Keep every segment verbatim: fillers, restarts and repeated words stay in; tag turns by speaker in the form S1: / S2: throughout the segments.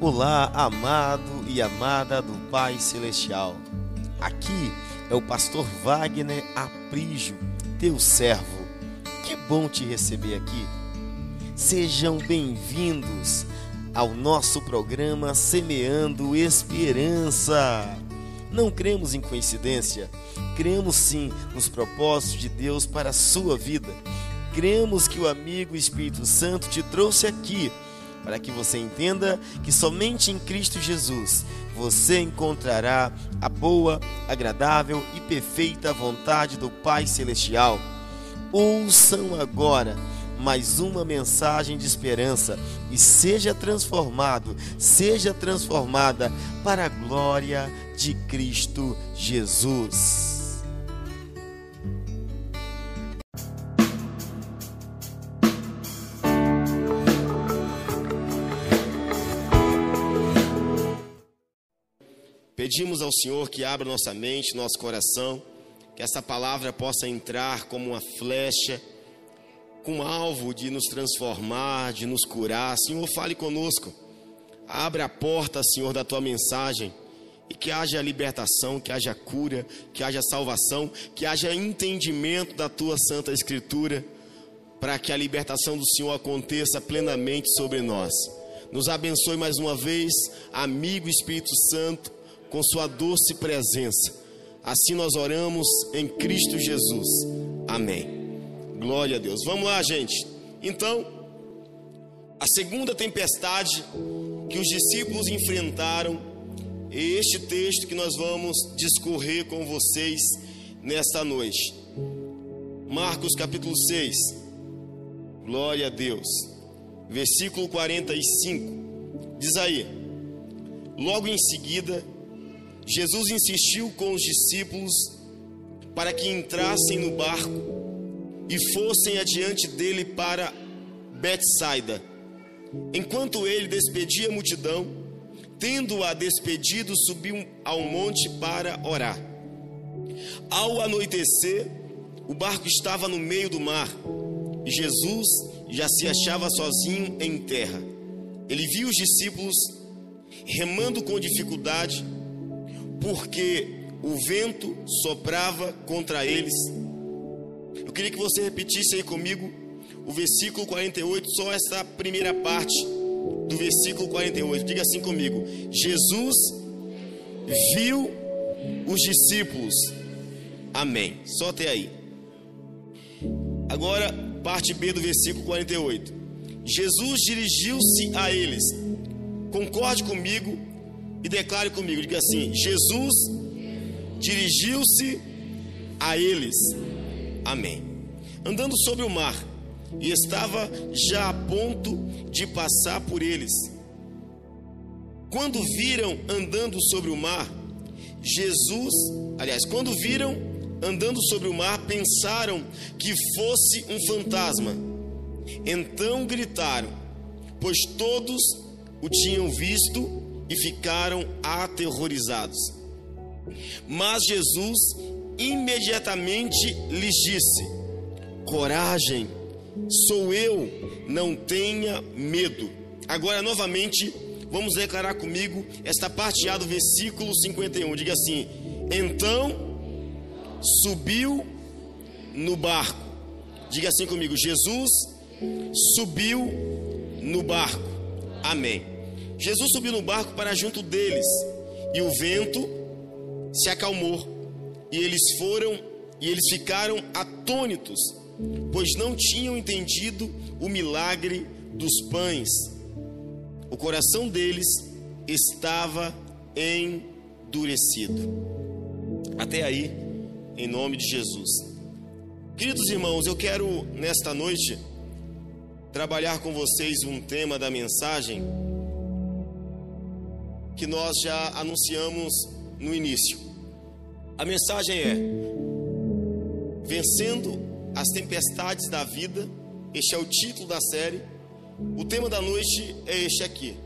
S1: Olá, amado e amada do Pai Celestial. Aqui é o pastor Wagner Aprígio, teu servo. Que bom te receber aqui. Sejam bem-vindos ao nosso programa Semeando Esperança. Não cremos em coincidência, cremos sim nos propósitos de Deus para a sua vida. Cremos que o amigo Espírito Santo te trouxe aqui para que você entenda que somente em Cristo Jesus você encontrará a boa, agradável e perfeita vontade do Pai Celestial. Ouçam agora mais uma mensagem de esperança e seja transformado, seja transformada para a glória de Cristo Jesus. Pedimos ao Senhor que abra nossa mente, nosso coração, que essa palavra possa entrar como uma flecha, com alvo de nos transformar, de nos curar. Senhor, fale conosco. Abra a porta, Senhor, da tua mensagem e que haja libertação, que haja cura, que haja salvação, que haja entendimento da tua Santa Escritura, para que a libertação do Senhor aconteça plenamente sobre nós. Nos abençoe mais uma vez, amigo Espírito Santo, com sua doce presença. Assim nós oramos em Cristo Jesus. Amém. Glória a Deus. Vamos lá, gente. Então, a segunda tempestade que os discípulos enfrentaram é este texto que nós vamos discorrer com vocês nesta noite. Marcos capítulo seis. Glória a Deus. Versículo quarenta e cinco. Diz aí: logo em seguida, Jesus insistiu com os discípulos para que entrassem no barco e fossem adiante dele para Betsaida. Enquanto ele despedia a multidão, tendo-a despedido, subiu ao monte para orar. Ao anoitecer, o barco estava no meio do mar e Jesus já se achava sozinho em terra. Ele viu os discípulos remando com dificuldade, porque o vento soprava contra eles. Eu queria que você repetisse aí comigo o versículo quarenta e oito, só essa primeira parte do versículo quarenta e oito. Diga assim comigo: Jesus viu os discípulos. Amém. Só até aí. Agora, parte B do versículo quarenta e oito. Jesus dirigiu-se a eles. Concorde comigo e declare comigo, diga assim: Jesus dirigiu-se a eles. Amém. Andando sobre o mar, e estava já a ponto de passar por eles. Quando viram andando sobre o mar, Jesus, aliás, quando viram andando sobre o mar, pensaram que fosse um fantasma. Então gritaram, pois todos o tinham visto e ficaram aterrorizados. Mas Jesus imediatamente lhes disse: coragem, sou eu, não tenha medo. Agora novamente vamos declarar comigo esta parte A do versículo cinquenta e um. Diga assim: então subiu no barco. Diga assim comigo: Jesus subiu no barco. Amém. Jesus subiu no barco para junto deles, e o vento se acalmou, e eles foram e eles ficaram atônitos, pois não tinham entendido o milagre dos pães. O coração deles estava endurecido. Até aí, em nome de Jesus. Queridos irmãos, eu quero nesta noite trabalhar com vocês um tema da mensagem que nós já anunciamos no início. A mensagem é: vencendo as tempestades da vida. Este é o título da série. O tema da noite é este aqui: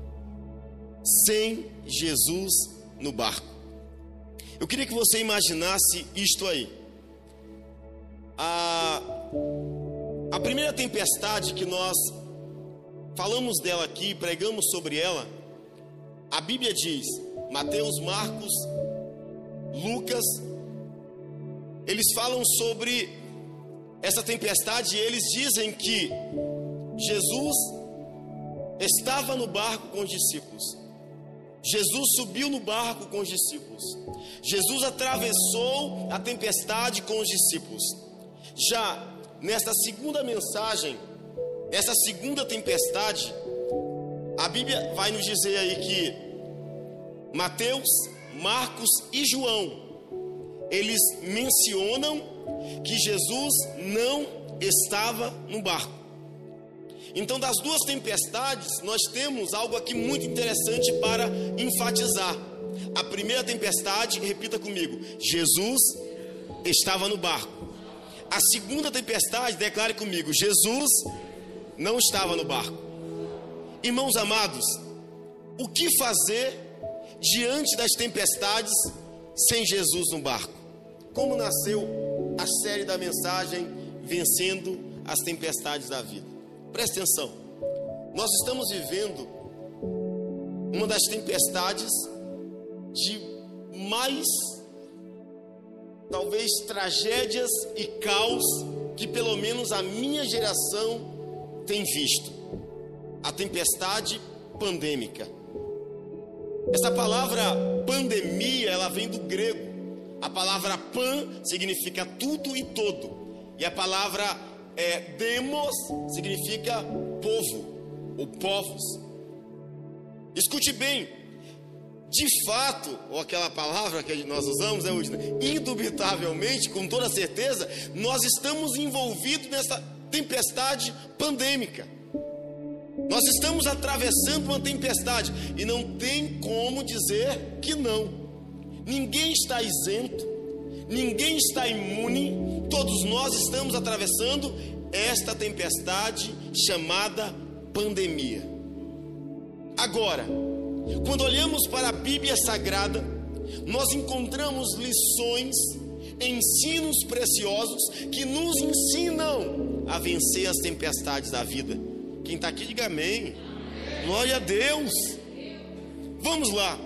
S1: sem Jesus no barco. Eu queria que você imaginasse isto aí. A, a primeira tempestade que nós falamos dela aqui, pregamos sobre ela, A Bíblia diz, Mateus, Marcos, Lucas, eles falam sobre essa tempestade e eles dizem que Jesus estava no barco com os discípulos. Jesus subiu no barco com os discípulos. Jesus atravessou a tempestade com os discípulos. Já nesta segunda mensagem, essa segunda tempestade, a Bíblia vai nos dizer aí que Mateus, Marcos e João, eles mencionam que Jesus não estava no barco. Então, das duas tempestades, nós temos algo aqui muito interessante para enfatizar. A primeira tempestade, repita comigo, Jesus estava no barco. A segunda tempestade, declare comigo, Jesus não estava no barco. Irmãos amados, o que fazer diante das tempestades sem Jesus no barco? Como nasceu a série da mensagem Vencendo as Tempestades da Vida? Presta atenção, nós estamos vivendo uma das tempestades de mais, talvez, tragédias e caos que pelo menos a minha geração tem visto. A tempestade pandêmica. Essa palavra pandemia, ela vem do grego. A palavra pan significa tudo e todo, e a palavra é, demos significa povo ou povos. Escute bem, de fato, ou aquela palavra que nós usamos, né, indubitavelmente, com toda certeza, nós estamos envolvidos nessa tempestade pandêmica. Nós estamos atravessando uma tempestade e não tem como dizer que não. Ninguém está isento, ninguém está imune. Todos nós estamos atravessando esta tempestade chamada pandemia. Agora, quando olhamos para a Bíblia Sagrada, nós encontramos lições, ensinos preciosos que nos ensinam a vencer as tempestades da vida. Quem está aqui, diga amém. Glória a Deus. Vamos lá.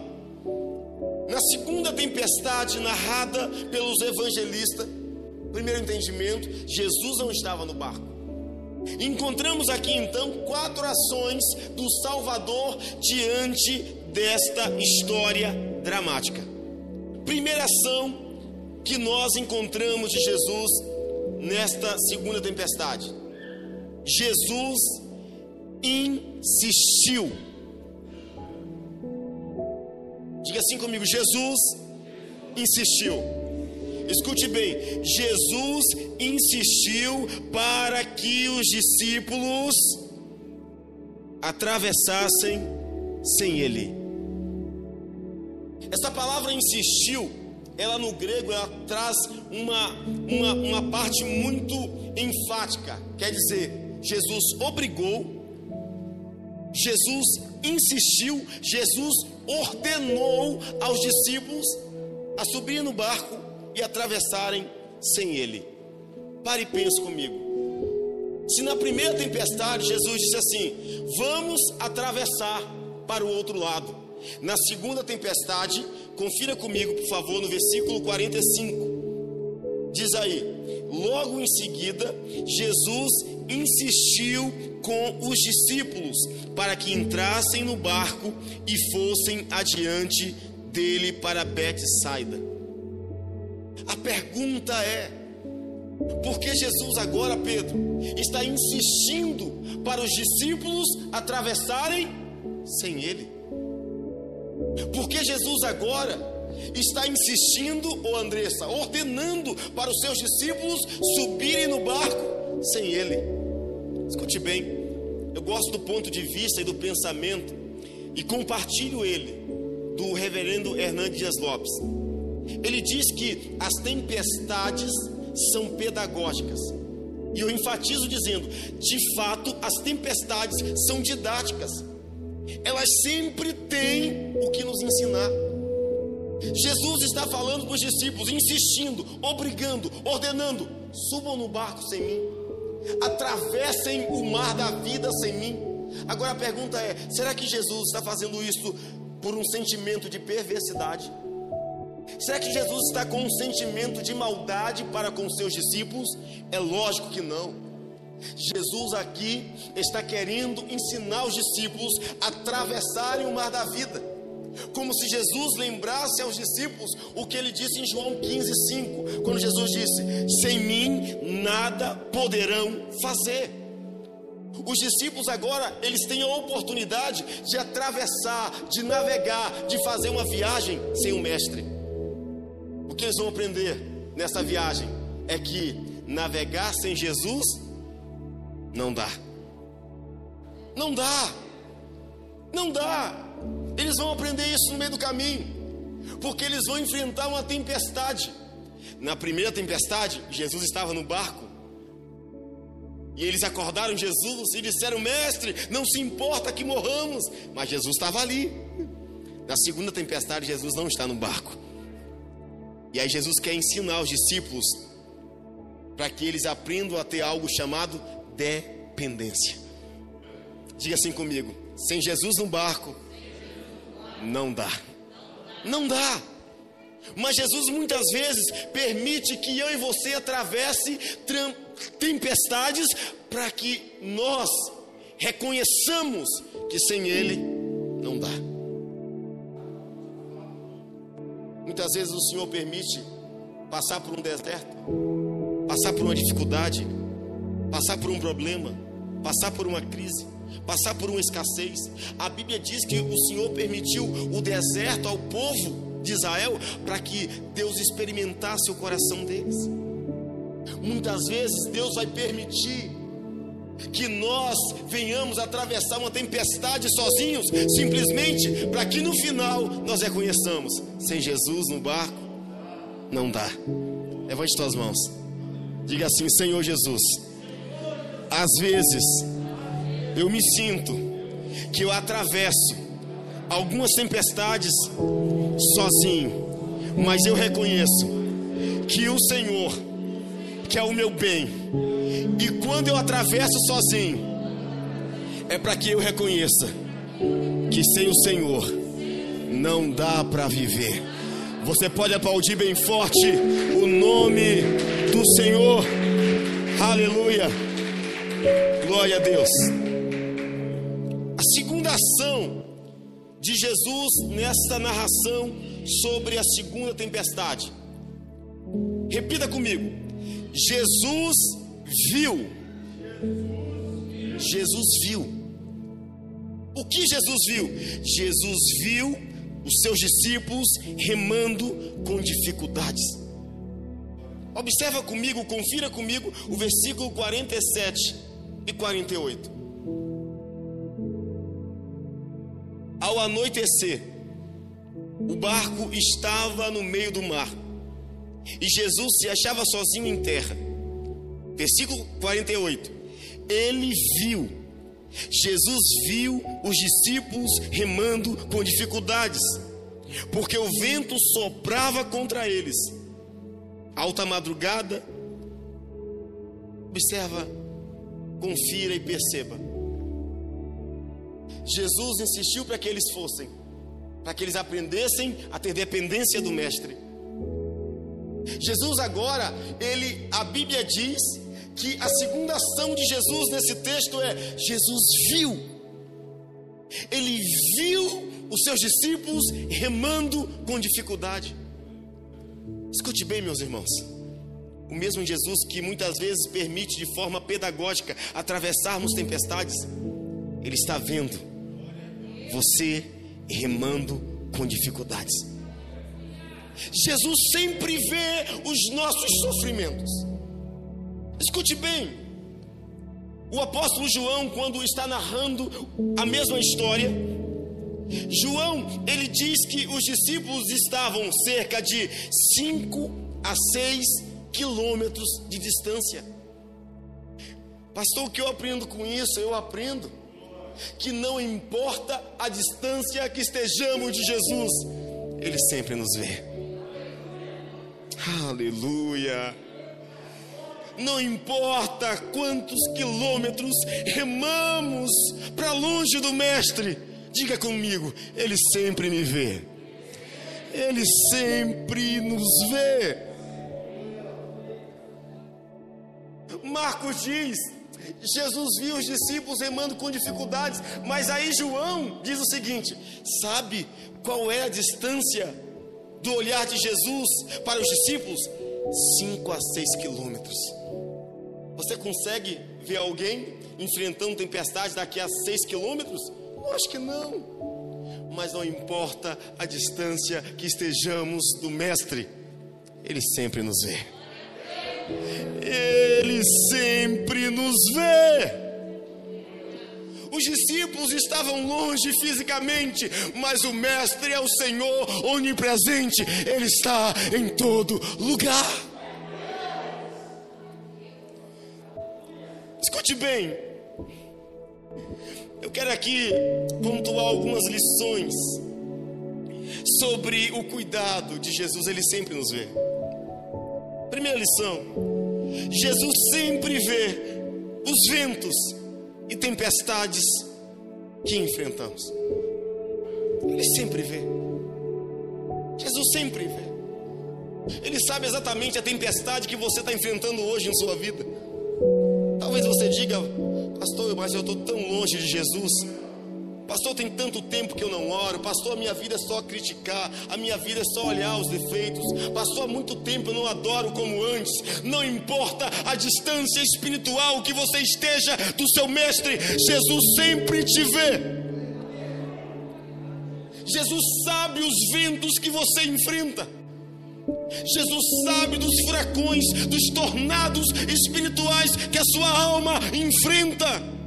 S1: Na segunda tempestade narrada pelos evangelistas, primeiro entendimento, Jesus não estava no barco. Encontramos aqui então quatro ações do Salvador diante desta história dramática. Primeira ação que nós encontramos de Jesus nesta segunda tempestade: Jesus insistiu. Diga assim comigo: Jesus insistiu. Escute bem, Jesus insistiu para que os discípulos atravessassem sem ele. Essa palavra insistiu, ela no grego, ela traz uma, uma, uma parte muito enfática. Quer dizer, Jesus obrigou, Jesus insistiu, Jesus ordenou aos discípulos a subir no barco e atravessarem sem ele. Pare e pense comigo. Se na primeira tempestade Jesus disse assim: vamos atravessar para o outro lado. Na segunda tempestade, confira comigo por favor no versículo quarenta e cinco. Diz aí: logo em seguida Jesus insistiu com os discípulos para que entrassem no barco e fossem adiante dele para Betsaida. A pergunta é: por que Jesus agora, Pedro, está insistindo para os discípulos atravessarem sem ele? Por que Jesus agora está insistindo, ou Andressa, ordenando para os seus discípulos subirem no barco sem ele? Escute bem, eu gosto do ponto de vista e do pensamento, e compartilho ele, do reverendo Hernandes Dias Lopes. Ele diz que as tempestades são pedagógicas, e eu enfatizo dizendo, de fato, as tempestades são didáticas. Elas sempre têm o que nos ensinar. Jesus está falando para os discípulos, insistindo, obrigando, ordenando: subam no barco sem mim, atravessem o mar da vida sem mim. Agora a pergunta é: será que Jesus está fazendo isso por um sentimento de perversidade? Será que Jesus está com um sentimento de maldade para com seus discípulos? É lógico que não. Jesus aqui está querendo ensinar os discípulos a atravessarem o mar da vida, como se Jesus lembrasse aos discípulos o que ele disse em João quinze, cinco, quando Jesus disse: sem mim nada poderão fazer. Os discípulos agora, eles têm a oportunidade de atravessar, de navegar, de fazer uma viagem sem o mestre. O que eles vão aprender nessa viagem é que navegar sem Jesus não dá. Não dá. Não dá. Eles vão aprender isso no meio do caminho, porque eles vão enfrentar uma tempestade. Na primeira tempestade, Jesus estava no barco, e eles acordaram Jesus e disseram: mestre, não se importa que morramos. Mas Jesus estava ali. Na segunda tempestade, Jesus não está no barco. E aí Jesus quer ensinar os discípulos para que eles aprendam a ter algo chamado dependência. Diga assim comigo: sem Jesus no barco não dá. Não dá. Mas Jesus muitas vezes permite que eu e você atravesse tempestades para que nós reconheçamos que sem Ele não dá. Muitas vezes o Senhor permite passar por um deserto, passar por uma dificuldade, passar por um problema, passar por uma crise, passar por uma escassez. A Bíblia diz que o Senhor permitiu o deserto ao povo de Israel para que Deus experimentasse o coração deles. Muitas vezes Deus vai permitir que nós venhamos atravessar uma tempestade sozinhos, simplesmente para que no final nós reconheçamos: sem Jesus no barco não dá. Levante suas mãos, diga assim: Senhor Jesus, às vezes eu me sinto que eu atravesso algumas tempestades sozinho, mas eu reconheço que o Senhor, que é o meu bem, e quando eu atravesso sozinho, é para que eu reconheça que sem o Senhor não dá para viver. Você pode aplaudir bem forte o nome do Senhor. Aleluia, glória a Deus. A segunda ação de Jesus nessa narração sobre a segunda tempestade, repita comigo: Jesus viu. Jesus viu. O que Jesus viu? Jesus viu os seus discípulos remando com dificuldades. Observa comigo, confira comigo o versículo quarenta e sete e quarenta e oito. Ao anoitecer, o barco estava no meio do mar e Jesus se achava sozinho em terra. Versículo quarenta e oito. Ele viu, Jesus viu os discípulos remando com dificuldades, porque o vento soprava contra eles. Alta madrugada. Observa, confira e perceba. Jesus insistiu para que eles fossem, para que eles aprendessem a ter dependência do Mestre. Jesus agora, ele, a Bíblia diz que a segunda ação de Jesus nesse texto é: Jesus viu. Ele viu os seus discípulos remando com dificuldade. Escute bem, meus irmãos, o mesmo Jesus que muitas vezes permite de forma pedagógica atravessarmos tempestades, Ele está vendo você remando com dificuldades. Jesus sempre vê os nossos sofrimentos. Escute bem, o apóstolo João, quando está narrando a mesma história, João, ele diz que os discípulos estavam cerca de cinco a seis quilômetros de distância. Pastor, o que eu aprendo com isso? Eu aprendo que não importa a distância que estejamos de Jesus, Ele sempre nos vê. Aleluia. Não importa quantos quilômetros remamos para longe do Mestre, Diga comigo, Ele sempre me vê. Ele sempre nos vê. Marcos diz, Jesus viu os discípulos remando com dificuldades, mas aí João diz o seguinte: sabe qual é a distância do olhar de Jesus para os discípulos? Cinco a seis quilômetros. Você consegue ver alguém enfrentando tempestade daqui a seis quilômetros? Eu acho que não. Mas não importa a distância que estejamos do Mestre, Ele sempre nos vê. Ele sempre nos vê. Os discípulos estavam longe fisicamente, mas o Mestre é o Senhor onipresente. Ele está em todo lugar. Escute bem, eu quero aqui pontuar algumas lições sobre o cuidado de Jesus. Ele sempre nos vê. Primeira lição: Jesus sempre vê os ventos e tempestades que enfrentamos. Ele sempre vê. Jesus sempre vê. Ele sabe exatamente a tempestade que você está enfrentando hoje em sua vida. Talvez você diga: pastor, mas eu estou tão longe de Jesus. Pastor, tem tanto tempo que eu não oro. Pastor, a minha vida é só criticar. A minha vida é só olhar os defeitos. Pastor, há muito tempo eu não adoro como antes. Não importa a distância espiritual que você esteja do seu Mestre, Jesus sempre te vê. Jesus sabe os ventos que você enfrenta. Jesus sabe dos furacões, dos tornados espirituais que a sua alma enfrenta.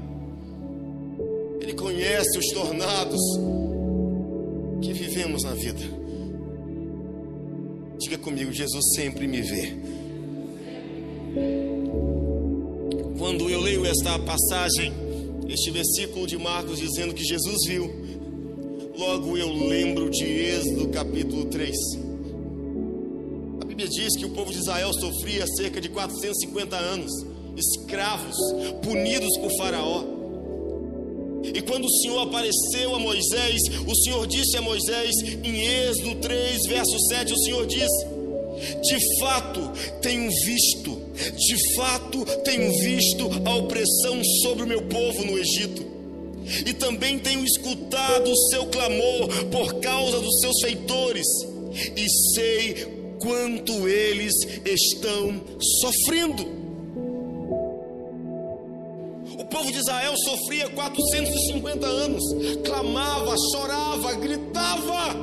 S1: Ele conhece os tornados que vivemos na vida. Diga comigo: Jesus sempre me vê. Quando eu leio esta passagem, este versículo de Marcos dizendo que Jesus viu, logo eu lembro de Êxodo capítulo três. A Bíblia diz que o povo de Israel sofria cerca de quatrocentos e cinquenta anos, escravos, punidos por Faraó. E quando o Senhor apareceu a Moisés, o Senhor disse a Moisés, em Êxodo três, verso sete, o Senhor diz: de fato tenho visto, de fato tenho visto a opressão sobre o meu povo no Egito, e também tenho escutado o seu clamor por causa dos seus feitores, e sei quanto eles estão sofrendo. O povo de Israel sofria quatrocentos e cinquenta anos, clamava, chorava, gritava.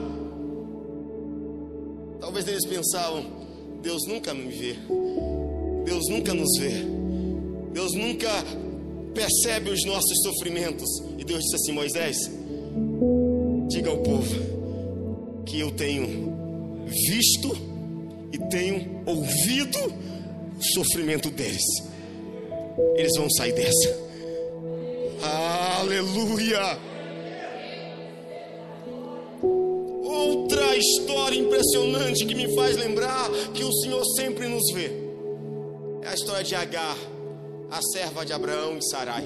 S1: Talvez eles pensavam: Deus nunca me vê, Deus nunca nos vê, Deus nunca percebe os nossos sofrimentos. E Deus disse assim: Moisés, diga ao povo que eu tenho visto e tenho ouvido o sofrimento deles. Eles vão sair dessa. Aleluia! Outra história impressionante que me faz lembrar que o Senhor sempre nos vê é a história de Agar, a serva de Abraão e Sarai.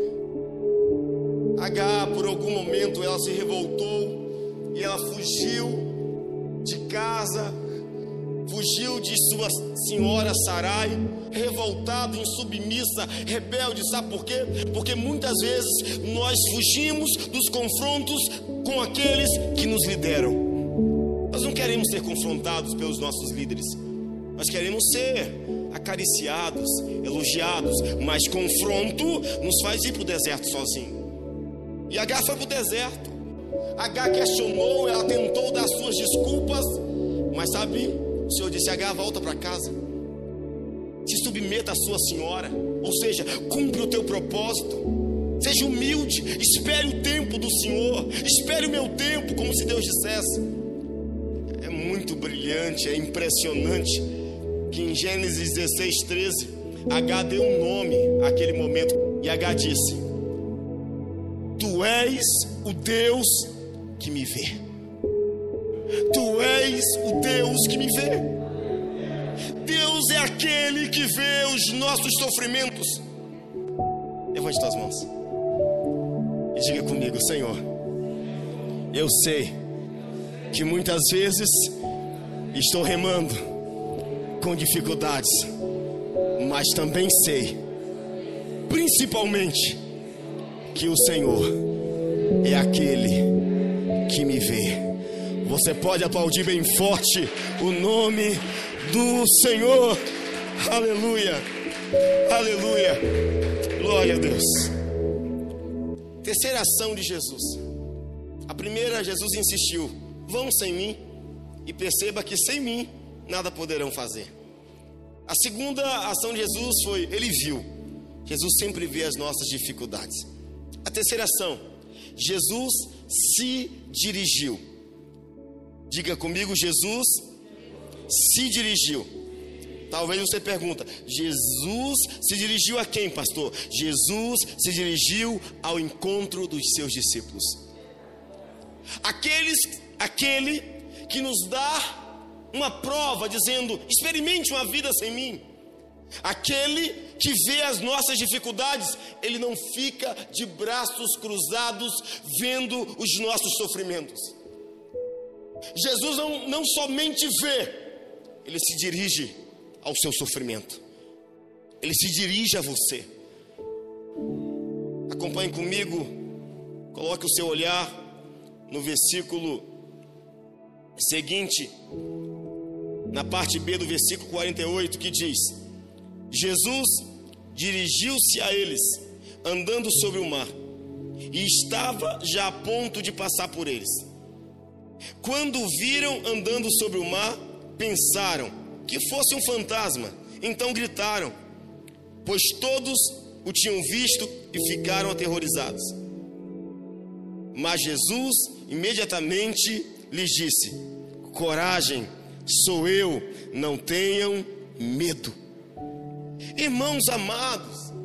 S1: Agar, por algum momento, ela se revoltou e ela fugiu de casa, fugiu de sua senhora Sarai, revoltada, insubmissa, rebelde. Sabe por quê? Porque muitas vezes nós fugimos dos confrontos com aqueles que nos lideram. Nós não queremos ser confrontados pelos nossos líderes, nós queremos ser acariciados, elogiados, mas confronto nos faz ir para o deserto sozinho. E Agar foi para o deserto. Agar questionou, ela tentou dar suas desculpas, mas sabe, o Senhor disse: Agar, volta para casa, se submeta à sua senhora, ou seja, cumpre o teu propósito, seja humilde, espere o tempo do Senhor, espere o meu tempo, como se Deus dissesse. É muito brilhante, é impressionante que em Gênesis dezesseis, treze, Agar deu um nome àquele momento, e Agar disse: Tu és o Deus que me vê. Tu és o Deus que me vê. Deus é aquele que vê os nossos sofrimentos. Levante tuas mãos e diga comigo: Senhor, Eu sei que muitas vezes estou remando com dificuldades, mas também sei, principalmente, que o Senhor é aquele que me vê. Você pode aplaudir bem forte o nome do Senhor. Aleluia, aleluia, glória a Deus. Terceira ação de Jesus. A primeira, Jesus insistiu: vão sem mim, e perceba que sem mim nada poderão fazer. A segunda ação de Jesus foi, ele viu. Jesus sempre vê as nossas dificuldades. A terceira ação, Jesus se dirigiu. Diga comigo, Jesus se dirigiu. Talvez você pergunta, Jesus se dirigiu a quem, pastor? Jesus se dirigiu ao encontro dos seus discípulos. Aqueles, aquele que nos dá uma prova dizendo, experimente uma vida sem mim. Aquele que vê as nossas dificuldades, ele não fica de braços cruzados vendo os nossos sofrimentos. Jesus não, não somente vê, ele se dirige ao seu sofrimento. Ele se dirige a você. Acompanhe comigo, coloque o seu olhar no versículo seguinte, na parte B do versículo quarenta e oito, que diz: Jesus dirigiu-se a eles, andando sobre o mar, e estava já a ponto de passar por eles. Quando o viram andando sobre o mar, pensaram que fosse um fantasma, então gritaram, pois todos o tinham visto e ficaram aterrorizados. Mas Jesus imediatamente lhes disse: coragem, sou eu, não tenham medo. Irmãos amados,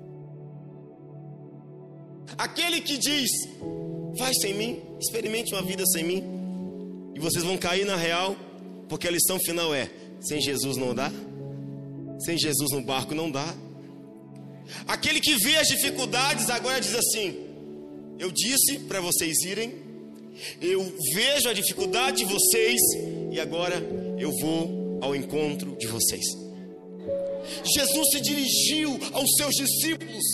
S1: aquele que diz, vai sem mim, experimente uma vida sem mim, e vocês vão cair na real, porque a lição final é, sem Jesus não dá, sem Jesus no barco não dá. Aquele que vê as dificuldades agora diz assim, eu disse para vocês irem, eu vejo a dificuldade de vocês, e agora eu vou ao encontro de vocês. Jesus se dirigiu aos seus discípulos.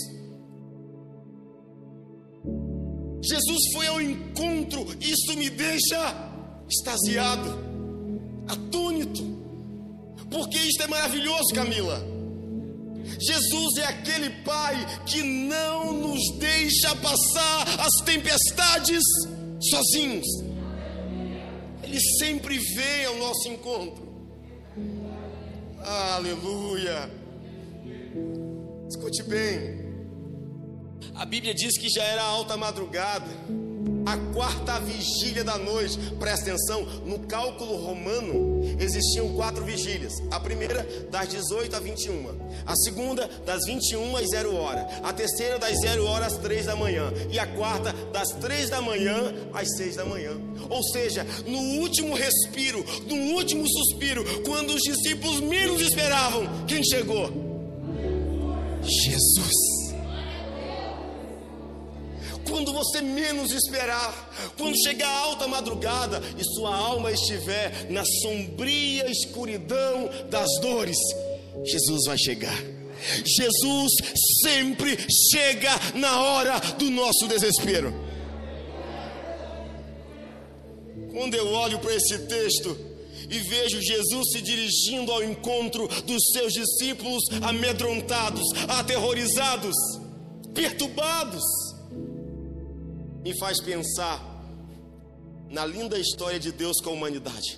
S1: Jesus foi ao encontro. Isso me deixa extasiado, atônito, porque isto é maravilhoso, Camila. Jesus é aquele Pai que não nos deixa passar as tempestades sozinhos. Ele sempre vem ao nosso encontro. Aleluia. Escute bem. A Bíblia diz que já era alta madrugada, a quarta vigília da noite. Presta atenção, no cálculo romano existiam quatro vigílias. A primeira das dezoito às vinte e uma, a segunda das vinte e uma às zero hora, a terceira das zero horas às três da manhã, e a quarta das três da manhã às seis da manhã. Ou seja, no último respiro, no último suspiro, quando os discípulos menos esperavam, quem chegou? Jesus. Quando você menos esperar, quando chegar a alta madrugada e sua alma estiver na sombria escuridão das dores, Jesus vai chegar. Jesus sempre chega na hora do nosso desespero. Quando eu olho para esse texto e vejo Jesus se dirigindo ao encontro dos seus discípulos amedrontados, aterrorizados, perturbados, me faz pensar na linda história de Deus com a humanidade.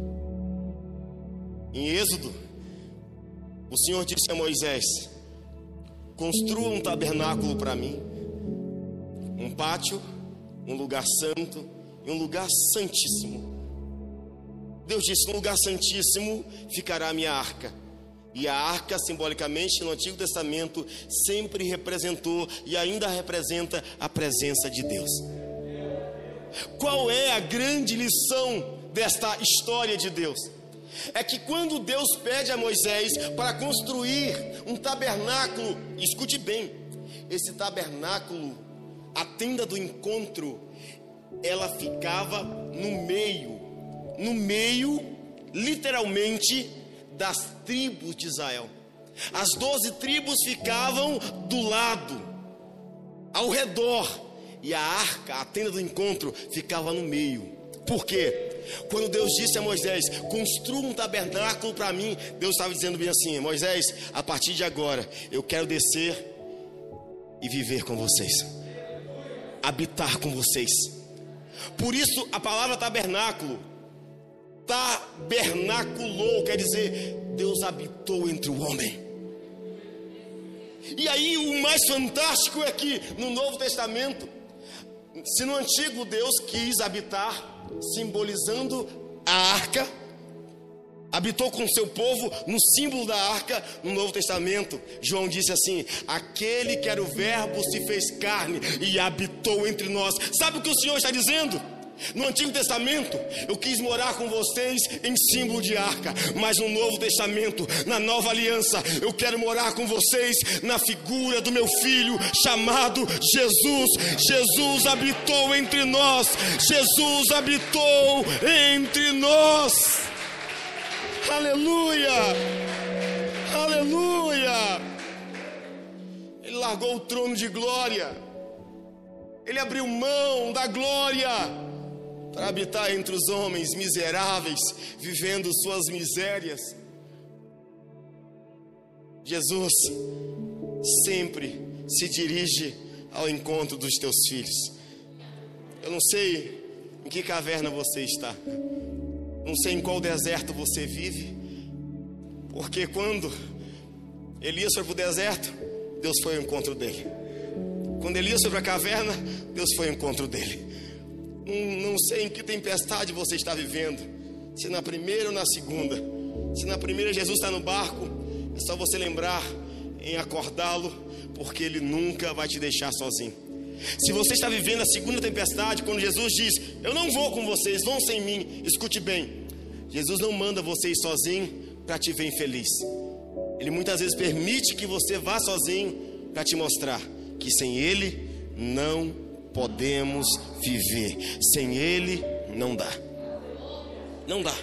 S1: Em Êxodo, o Senhor disse a Moisés: construa um tabernáculo para mim, um pátio, um lugar santo e um lugar santíssimo. Deus disse: no lugar santíssimo ficará a minha arca. E a arca, simbolicamente, no Antigo Testamento, sempre representou e ainda representa a presença de Deus. Qual é a grande lição desta história de Deus? É que quando Deus pede a Moisés para construir um tabernáculo, escute bem, esse tabernáculo, a tenda do encontro, ela ficava no meio, no meio, literalmente, das tribos de Israel. As doze tribos ficavam do lado, ao redor, e a arca, a tenda do encontro, ficava no meio. Por quê? Quando Deus disse a Moisés: construa um tabernáculo para mim, Deus estava dizendo bem assim: Moisés, a partir de agora eu quero descer e viver com vocês, habitar com vocês. Por isso a palavra tabernáculo, tabernaculou, quer dizer, Deus habitou entre o homem. E aí o mais fantástico é que no Novo Testamento, se no Antigo Deus quis habitar simbolizando a arca, habitou com o seu povo no símbolo da arca, no Novo Testamento João disse assim: aquele que era o verbo se fez carne e habitou entre nós. Sabe o que o Senhor está dizendo? No Antigo Testamento eu quis morar com vocês em símbolo de arca, mas no Novo Testamento, na nova aliança, eu quero morar com vocês na figura do meu filho chamado Jesus. Jesus habitou entre nós, Jesus habitou entre nós. Aleluia, aleluia. Ele largou o trono de glória, ele abriu mão da glória para habitar entre os homens miseráveis, vivendo suas misérias. Jesus sempre se dirige ao encontro dos teus filhos. Eu não sei em que caverna você está, não sei em qual deserto você vive, porque quando Elias foi para o deserto, Deus foi ao encontro dele. Quando Elias foi para a caverna, Deus foi ao encontro dele. Não, não sei em que tempestade você está vivendo, se na primeira ou na segunda. Se na primeira Jesus está no barco, é só você lembrar em acordá-lo, porque Ele nunca vai te deixar sozinho. Se você está vivendo a segunda tempestade, quando Jesus diz: eu não vou com vocês, vão sem mim, escute bem, Jesus não manda você ir sozinho para te ver infeliz. Ele muitas vezes permite que você vá sozinho para te mostrar que sem Ele não podemos viver. Sem Ele não dá. Não dá.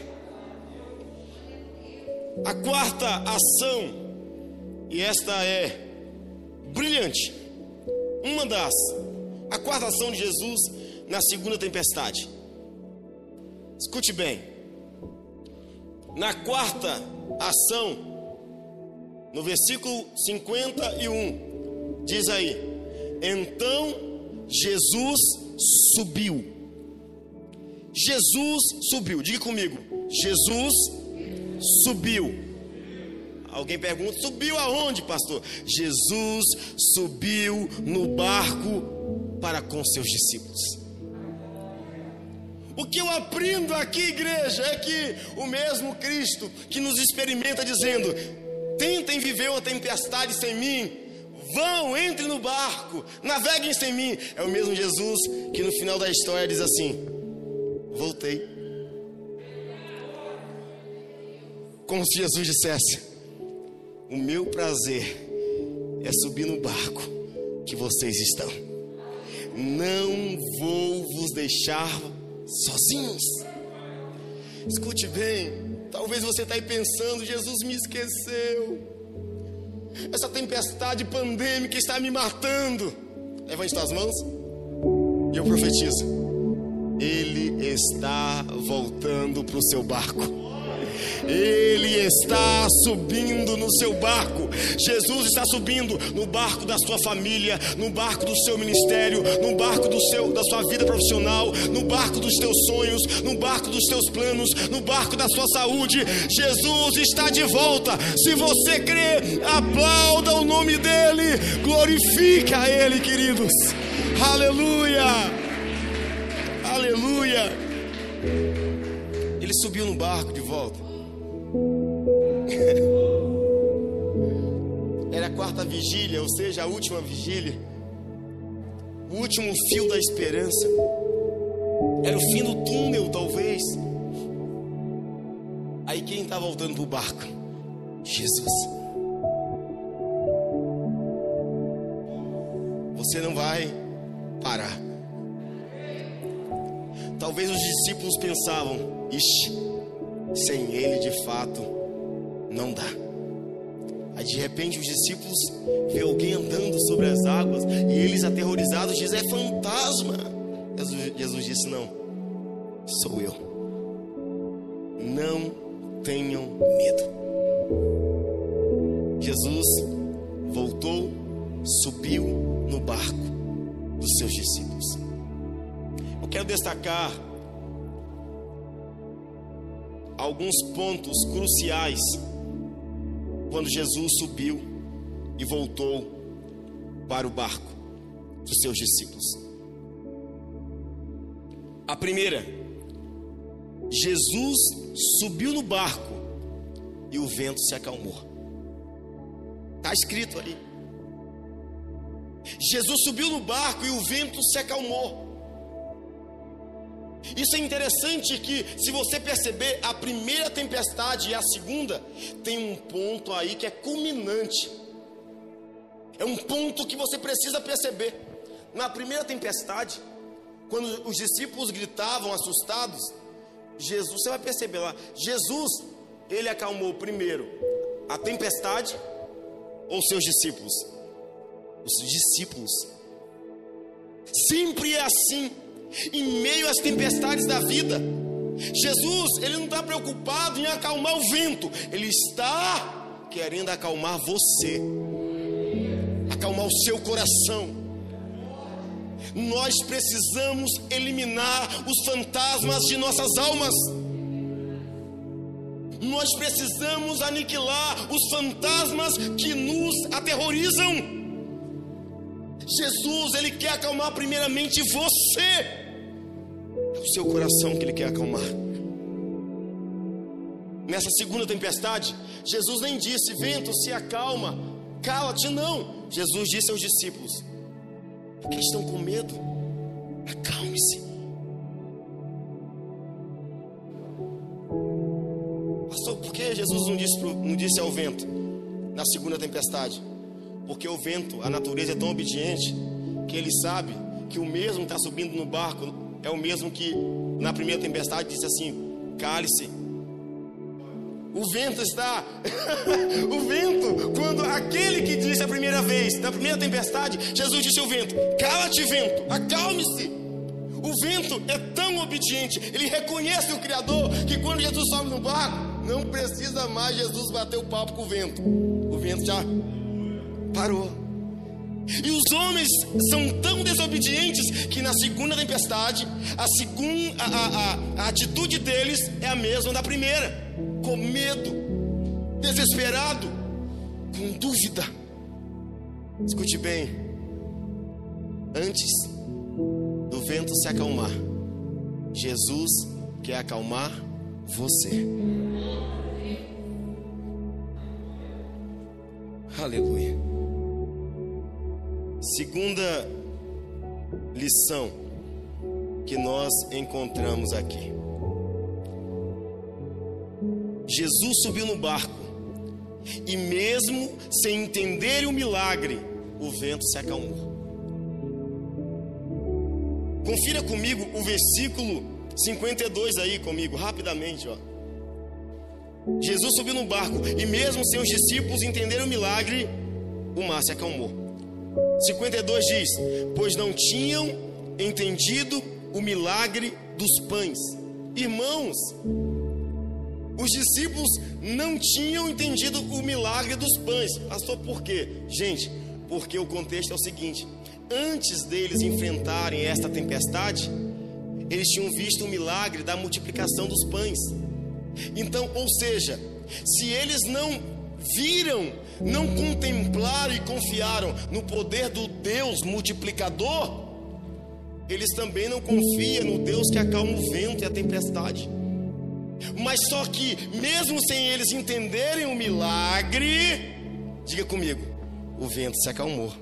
S1: A quarta ação, e esta é brilhante, uma das, a quarta ação de Jesus na segunda tempestade. Escute bem. Na quarta ação, no versículo cinquenta e um, diz aí: então Jesus subiu. Jesus subiu. Diga comigo: Jesus subiu. Alguém pergunta: subiu aonde, pastor? Jesus subiu no barco para com seus discípulos. O que eu aprendo aqui, igreja, é que o mesmo Cristo que nos experimenta dizendo: tentem viver uma tempestade sem mim, vão, entrem no barco, naveguem sem mim, é o mesmo Jesus que no final da história diz assim: voltei. Como se Jesus dissesse: o meu prazer é subir no barco que vocês estão, não vou vos deixar sozinhos. Escute bem, talvez você está aí pensando: Jesus me esqueceu, essa tempestade pandêmica está me matando. Levante suas mãos e eu profetizo: Ele está voltando para o seu barco. Ele está subindo no seu barco. Jesus está subindo no barco da sua família, no barco do seu ministério, no barco do seu, da sua vida profissional, no barco dos teus sonhos, no barco dos teus planos, no barco da sua saúde. Jesus está de volta. Se você crê, aplauda o nome dele, glorifica a ele, queridos. Aleluia, aleluia. Ele subiu no barco de volta. Era a quarta vigília, ou seja, a última vigília, o último fio da esperança. Era o fim do túnel, talvez. Aí quem está voltando para o barco? Jesus. Você não vai parar. Talvez os discípulos pensavam: ixi, sem ele de fato não dá. Aí de repente os discípulos vê alguém andando sobre as águas e eles, aterrorizados, dizem: é fantasma. Jesus, Jesus disse: não, sou eu. Não tenham medo. Jesus voltou, subiu no barco dos seus discípulos. Eu quero destacar alguns pontos cruciais quando Jesus subiu e voltou para o barco dos seus discípulos. A primeira: Jesus subiu no barco e o vento se acalmou. Está escrito ali. Jesus subiu no barco e o vento se acalmou. Isso é interessante, que se você perceber, a primeira tempestade e a segunda tem um ponto aí que é culminante. É um ponto que você precisa perceber. Na primeira tempestade, quando os discípulos gritavam assustados, Jesus, você vai perceber lá, Jesus, ele acalmou primeiro a tempestade ou seus discípulos? Os discípulos. Sempre é assim. Em meio às tempestades da vida, Jesus, ele não está preocupado em acalmar o vento, ele está querendo acalmar você, acalmar o seu coração. Nós precisamos eliminar os fantasmas de nossas almas. Nós precisamos aniquilar os fantasmas que nos aterrorizam. Jesus, ele quer acalmar primeiramente você. É o seu coração que ele quer acalmar. Nessa segunda tempestade, Jesus nem disse: vento, se acalma, cala-te. Não, Jesus disse aos discípulos: porque estão com medo, acalme-se. Pastor, por que Jesus não disse, não disse ao vento na segunda tempestade? Porque o vento, a natureza é tão obediente que ele sabe que o mesmo que está subindo no barco é o mesmo que na primeira tempestade disse assim: cale-se. O vento está o vento, quando aquele que disse a primeira vez, na primeira tempestade, Jesus disse ao vento: cala-te, vento, acalme-se. O vento é tão obediente, ele reconhece o Criador, que quando Jesus sobe no barco, não precisa mais Jesus bater o papo com o vento. O vento já parou. E os homens são tão desobedientes que na segunda tempestade, a, segun, a, a, a, a atitude deles é a mesma da primeira: com medo, desesperado, com dúvida. Escute bem: antes do vento se acalmar, Jesus quer acalmar você. Aleluia. Segunda lição que nós encontramos aqui: Jesus subiu no barco e mesmo sem entender o milagre, o vento se acalmou. Confira comigo o versículo cinquenta e dois aí comigo, rapidamente, ó. Jesus subiu no barco e mesmo sem os discípulos entenderem o milagre, o mar se acalmou. cinquenta e dois diz: pois não tinham entendido o milagre dos pães. Irmãos, os discípulos não tinham entendido o milagre dos pães. Pastor, por quê? Gente, porque o contexto é o seguinte: antes deles enfrentarem esta tempestade, eles tinham visto o milagre da multiplicação dos pães. Então, ou seja, se eles não viram, não contemplaram e confiaram no poder do Deus multiplicador, eles também não confiam no Deus que acalma o vento e a tempestade. Mas só que, mesmo sem eles entenderem o milagre, diga comigo, o vento se acalmou.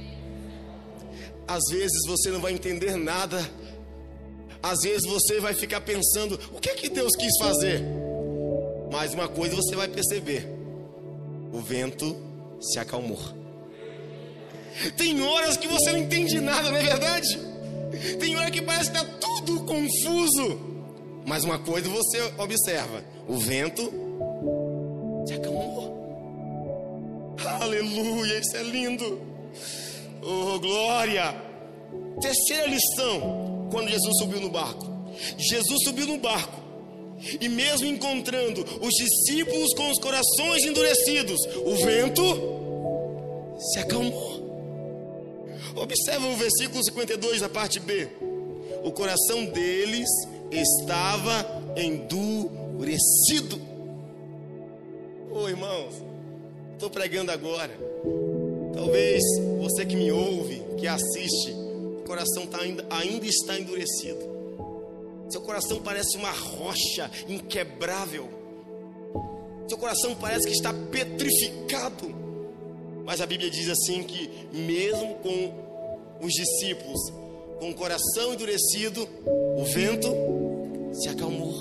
S1: Às vezes você não vai entender nada. Às vezes você vai ficar pensando: o que é que Deus quis fazer? Mas uma coisa você vai perceber: o vento se acalmou. Tem horas que você não entende nada, não é verdade? Tem hora que parece que está tudo confuso. Mas uma coisa você observa: o vento se acalmou. Aleluia, isso é lindo. Oh, glória. Terceira lição, quando Jesus subiu no barco. Jesus subiu no barco, e mesmo encontrando os discípulos com os corações endurecidos, o vento se acalmou. Observa o versículo cinquenta e dois, a parte B. O coração deles estava endurecido. Oh, irmãos, estou pregando agora. Talvez você que me ouve, que assiste, o coração tá ainda, ainda está endurecido. Seu coração parece uma rocha inquebrável. Seu coração parece que está petrificado. Mas a Bíblia diz assim que mesmo com os discípulos com o coração endurecido, o vento se acalmou.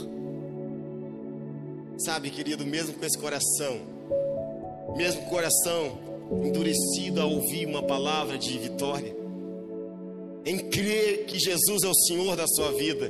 S1: Sabe, querido, mesmo com esse coração, mesmo com o coração endurecido a ouvir uma palavra de vitória, em crer que Jesus é o Senhor da sua vida,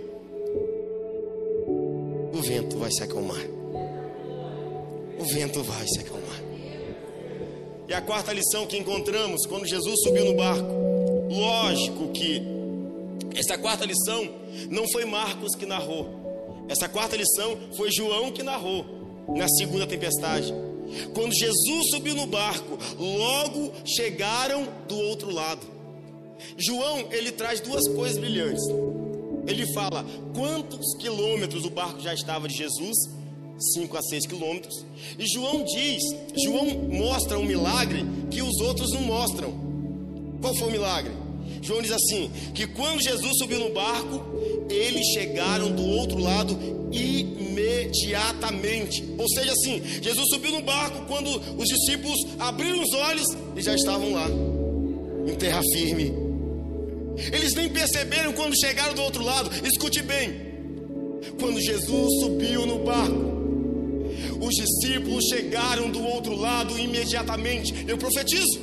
S1: o vento vai se acalmar. O vento vai se acalmar. E a quarta lição que encontramos quando Jesus subiu no barco, lógico que essa quarta lição não foi Marcos que narrou. Essa quarta lição foi João que narrou na segunda tempestade. Quando Jesus subiu no barco, logo chegaram do outro lado. João, ele traz duas coisas brilhantes. Ele fala quantos quilômetros o barco já estava de Jesus, cinco a seis quilômetros. E João diz, João mostra um milagre que os outros não mostram. Qual foi o milagre? João diz assim, que quando Jesus subiu no barco, eles chegaram do outro lado imediatamente. Ou seja, assim, Jesus subiu no barco, quando os discípulos abriram os olhos e já estavam lá, em terra firme. Eles nem perceberam quando chegaram do outro lado. Escute bem, quando Jesus subiu no barco, os discípulos chegaram do outro lado imediatamente. Eu profetizo,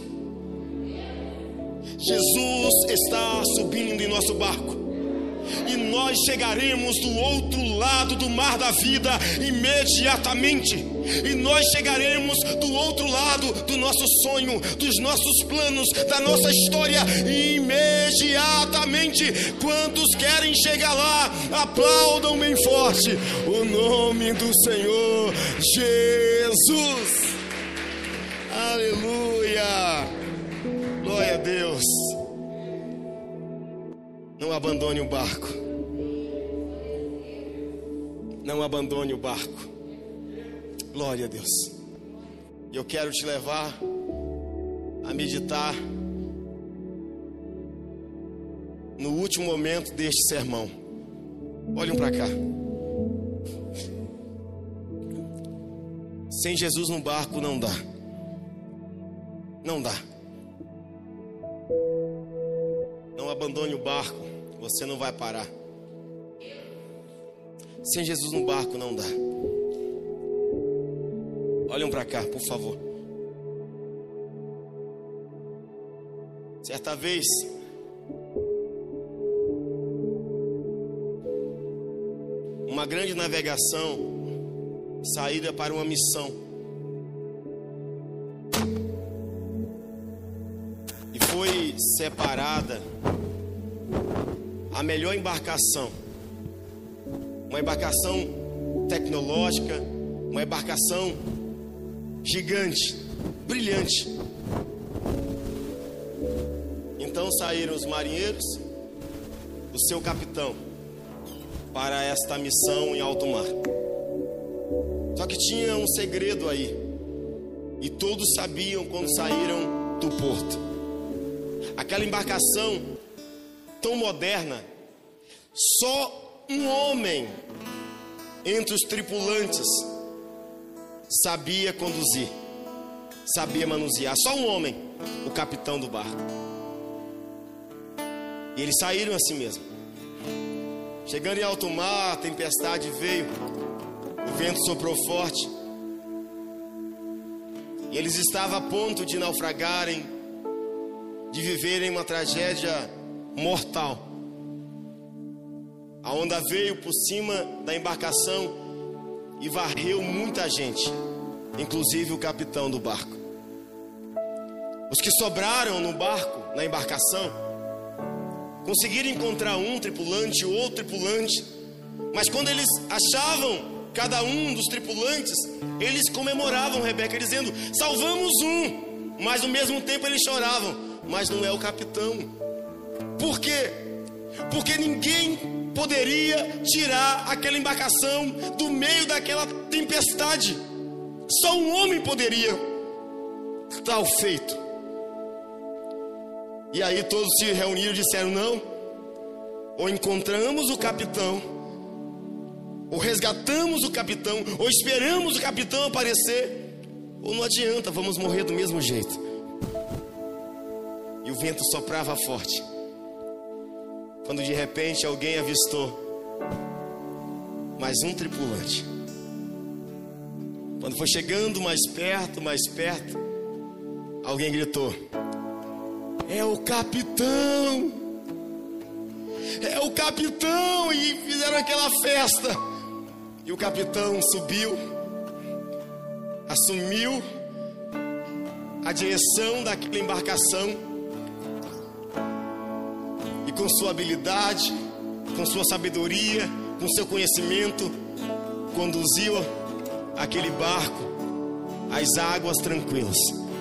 S1: Jesus está subindo em nosso barco, e nós chegaremos do outro lado do mar da vida imediatamente. E nós chegaremos do outro lado do nosso sonho, dos nossos planos, da nossa história imediatamente. Quantos querem chegar lá, aplaudam bem forte o nome do Senhor Jesus. Aleluia, glória a Deus. Não abandone o barco. Não abandone o barco. Glória a Deus. Eu quero te levar a meditar no último momento deste sermão. Olhem para cá. Sem Jesus no barco não dá. Não dá. Não abandone o barco, você não vai parar. Sem Jesus no barco não dá. Olhem para cá, por favor. Certa vez, uma grande navegação, saída para uma missão, e foi separada a melhor embarcação, uma embarcação tecnológica, uma embarcação gigante, brilhante. Então saíram os marinheiros, o seu capitão, para esta missão em alto mar. Só que tinha um segredo aí, e todos sabiam quando saíram do porto. Aquela embarcação tão moderna, só um homem entre os tripulantes sabia conduzir, sabia manusear. Só um homem, o capitão do barco. E eles saíram assim mesmo. Chegando em alto mar, a tempestade veio, o vento soprou forte, e eles estavam a ponto de naufragarem, de viverem uma tragédia mortal. A onda veio por cima da embarcação e varreu muita gente, inclusive o capitão do barco. Os que sobraram no barco, na embarcação, conseguiram encontrar um tripulante, outro tripulante, mas quando eles achavam cada um dos tripulantes, eles comemoravam Rebeca, dizendo: salvamos um, mas ao mesmo tempo eles choravam: mas não é o capitão. Por quê? Porque ninguém poderia tirar aquela embarcação do meio daquela tempestade. Só um homem poderia. Tal feito. E aí todos se reuniram e disseram: não, ou encontramos o capitão, ou resgatamos o capitão, ou esperamos o capitão aparecer, ou não adianta, vamos morrer do mesmo jeito. E o vento soprava forte, quando de repente alguém avistou mais um tripulante. Quando foi chegando mais perto, mais perto, alguém gritou: é o capitão! É o capitão! E fizeram aquela festa. E o capitão subiu, assumiu a direção daquela embarcação, e com sua habilidade, com sua sabedoria, com seu conhecimento, conduziu aquele barco às águas tranquilas.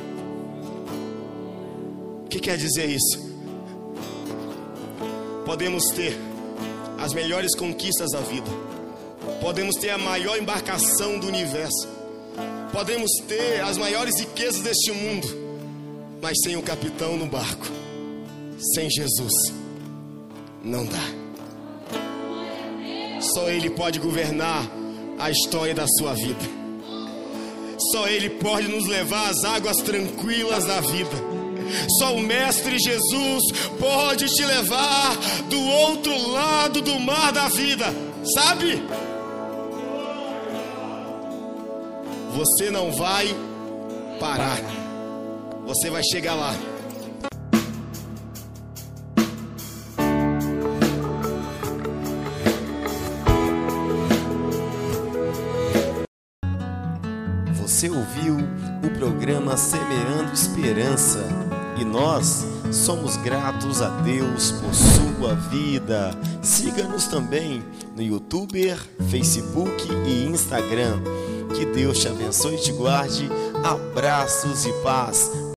S1: O que quer dizer isso? Podemos ter as melhores conquistas da vida, podemos ter a maior embarcação do universo, podemos ter as maiores riquezas deste mundo, mas sem o capitão no barco, sem Jesus, não dá. Só Ele pode governar a história da sua vida. Só Ele pode nos levar às águas tranquilas da vida. Só o Mestre Jesus pode te levar do outro lado do mar da vida, sabe? Você não vai parar, você vai chegar lá.
S2: Você ouviu o programa Semeando Esperança, e nós somos gratos a Deus por sua vida. Siga-nos também no YouTube, Facebook e Instagram. Que Deus te abençoe e te guarde. Abraços e paz.